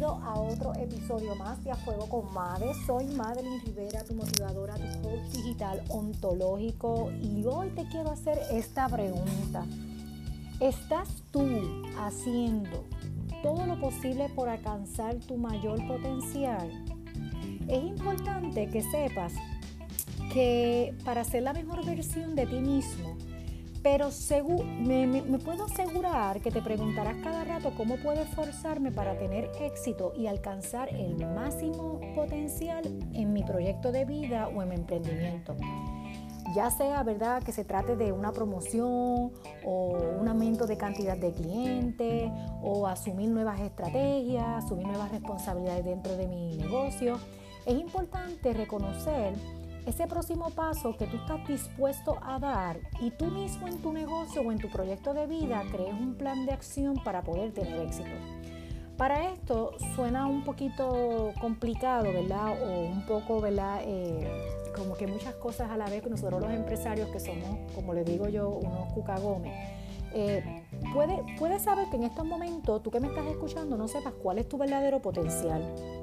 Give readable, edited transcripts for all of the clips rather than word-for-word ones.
bienvenido a otro episodio más de A Fuego con Made. Soy Madeline Rivera, tu motivadora, tu coach digital ontológico, y hoy te quiero hacer esta pregunta. ¿Estás tú haciendo todo lo posible por alcanzar tu mayor potencial? Es importante que sepas que para ser la mejor versión de ti mismo, pero me puedo asegurar que te preguntarás cada rato cómo puedo esforzarme para tener éxito y alcanzar el máximo potencial en mi proyecto de vida o en mi emprendimiento. Ya sea, ¿verdad?, que se trate de una promoción o un aumento de cantidad de clientes o asumir nuevas estrategias, asumir nuevas responsabilidades dentro de mi negocio. Es importante reconocer ese próximo paso que tú estás dispuesto a dar y tú mismo en tu negocio o en tu proyecto de vida crees un plan de acción para poder tener éxito. Para esto suena un poquito complicado, ¿verdad? O un poco, ¿verdad? Como que muchas cosas a la vez, que nosotros los empresarios que somos, como le digo yo, unos cucagomes. Puedes saber que en estos momentos, tú que me estás escuchando, no sepas cuál es tu verdadero potencial.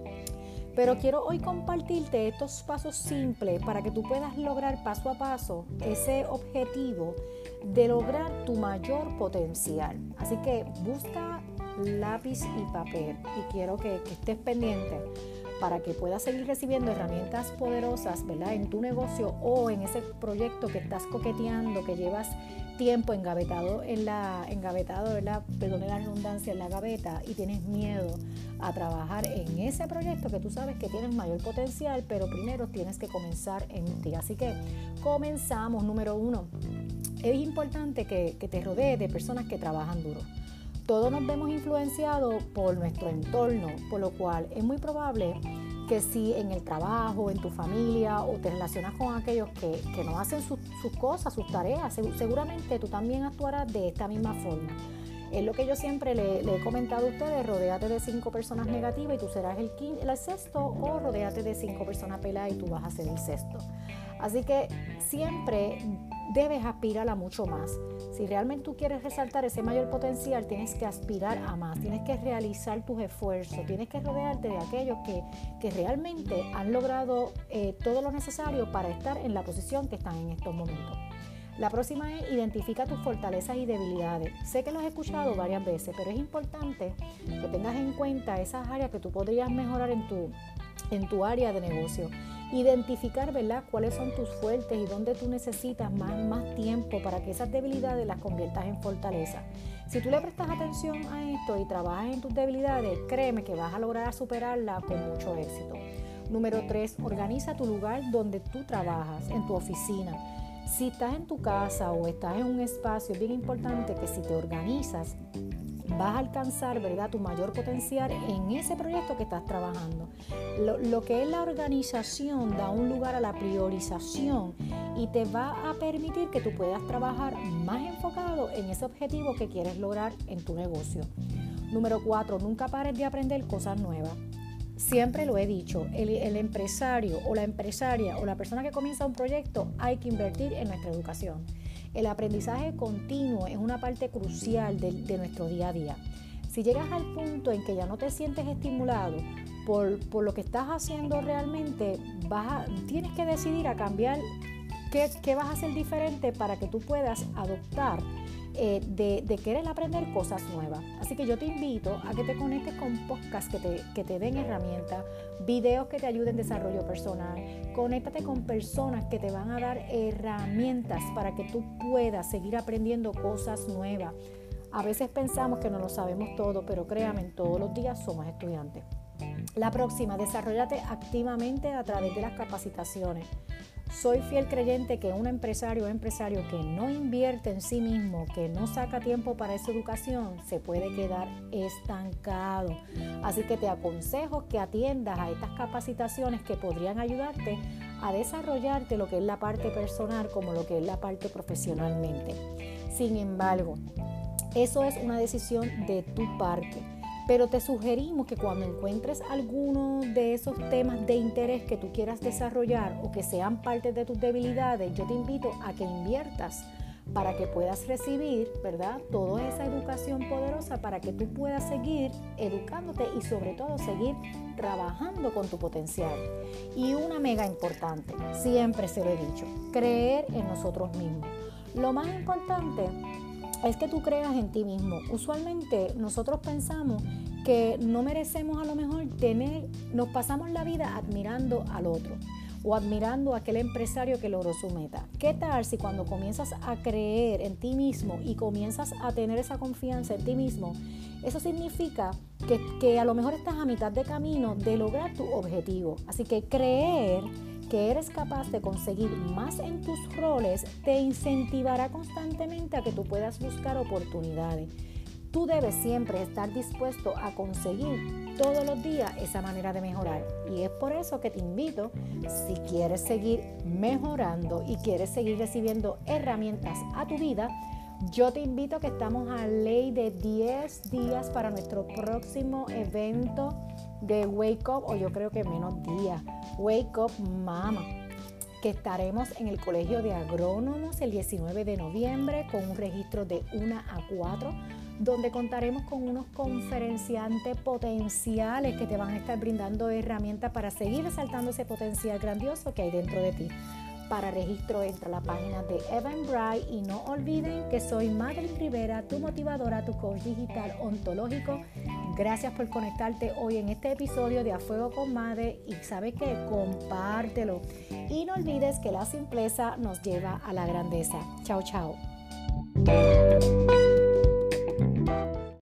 Pero quiero hoy compartirte estos pasos simples para que tú puedas lograr paso a paso ese objetivo de lograr tu mayor potencial. Así que busca lápiz y papel y quiero que estés pendiente para que puedas seguir recibiendo herramientas poderosas, ¿verdad?, en tu negocio o en ese proyecto que estás coqueteando, que llevas tiempo engavetado, ¿verdad?, perdone la redundancia, en la gaveta, y tienes miedo a trabajar en ese proyecto que tú sabes que tienes mayor potencial, pero primero tienes que comenzar en ti. Así que comenzamos. Número 1, es importante que te rodees de personas que trabajan duro. Todos nos vemos influenciados por nuestro entorno, por lo cual es muy probable que si en el trabajo, en tu familia o te relacionas con aquellos que no hacen sus cosas, sus tareas, seguramente tú también actuarás de esta misma forma. Es lo que yo siempre le he comentado a ustedes: rodéate de 5 personas negativas y tú serás el sexto, o rodéate de 5 personas peladas y tú vas a ser el sexto. Así que siempre debes aspirar a mucho más. Si realmente tú quieres resaltar ese mayor potencial, tienes que aspirar a más, tienes que realizar tus esfuerzos, tienes que rodearte de aquellos que realmente han logrado todo lo necesario para estar en la posición que están en estos momentos. La próxima es: identifica tus fortalezas y debilidades. Sé que lo has escuchado varias veces, pero es importante que tengas en cuenta esas áreas que tú podrías mejorar en tu área de negocio. Identificar, ¿verdad?, cuáles son tus fuertes y dónde tú necesitas más tiempo para que esas debilidades las conviertas en fortaleza. Si tú le prestas atención a esto y trabajas en tus debilidades, créeme que vas a lograr superarla con mucho éxito. Número 3, organiza tu lugar donde tú trabajas, en tu oficina. Si estás en tu casa o estás en un espacio, es bien importante que si te organizas, vas a alcanzar, ¿verdad?, tu mayor potencial en ese proyecto que estás trabajando. Lo que es la organización da un lugar a la priorización y te va a permitir que tú puedas trabajar más enfocado en ese objetivo que quieres lograr en tu negocio. Número 4, nunca pares de aprender cosas nuevas. Siempre lo he dicho, el empresario o la empresaria o la persona que comienza un proyecto, hay que invertir en nuestra educación. El aprendizaje continuo es una parte crucial de nuestro día a día. Si llegas al punto en que ya no te sientes estimulado por lo que estás haciendo realmente, tienes que decidir a cambiar qué vas a hacer diferente para que tú puedas adoptar de querer aprender cosas nuevas. Así que yo te invito a que te conectes con podcasts que te den herramientas, videos que te ayuden en desarrollo personal. Conéctate con personas que te van a dar herramientas para que tú puedas seguir aprendiendo cosas nuevas. A veces pensamos que no lo sabemos todo, pero créanme, todos los días somos estudiantes. La próxima, desarróllate activamente a través de las capacitaciones. Soy fiel creyente que un empresario o empresario que no invierte en sí mismo, que no saca tiempo para esa educación, se puede quedar estancado. Así que te aconsejo que atiendas a estas capacitaciones que podrían ayudarte a desarrollarte lo que es la parte personal como lo que es la parte profesionalmente. Sin embargo, eso es una decisión de tu parte. Pero te sugerimos que cuando encuentres alguno de esos temas de interés que tú quieras desarrollar o que sean parte de tus debilidades, yo te invito a que inviertas para que puedas recibir, ¿verdad?, toda esa educación poderosa para que tú puedas seguir educándote y sobre todo seguir trabajando con tu potencial. Y una mega importante, siempre se lo he dicho, creer en nosotros mismos. Lo más importante es que tú creas en ti mismo. Usualmente nosotros pensamos que no merecemos a lo mejor nos pasamos la vida admirando al otro o admirando a aquel empresario que logró su meta. ¿Qué tal si cuando comienzas a creer en ti mismo y comienzas a tener esa confianza en ti mismo, eso significa que a lo mejor estás a mitad de camino de lograr tu objetivo? Así que creer que eres capaz de conseguir más en tus roles te incentivará constantemente a que tú puedas buscar oportunidades. Tú debes siempre estar dispuesto a conseguir todos los días esa manera de mejorar. Y es por eso que te invito, si quieres seguir mejorando y quieres seguir recibiendo herramientas a tu vida, yo te invito a que estamos a ley de 10 días para nuestro próximo evento de Wake Up, o yo creo que menos días, Wake Up Mama, que estaremos en el Colegio de Agrónomos el 19 de noviembre con un registro de 1 a 4, donde contaremos con unos conferenciantes potenciales que te van a estar brindando herramientas para seguir resaltando ese potencial grandioso que hay dentro de ti. Para registro entra a la página de Eventbrite y no olviden que soy Madeline Rivera, tu motivadora, tu coach digital ontológico. Gracias por conectarte hoy en este episodio de A Fuego con Made y sabes que compártelo. Y no olvides que la simpleza nos lleva a la grandeza. Chao, chao.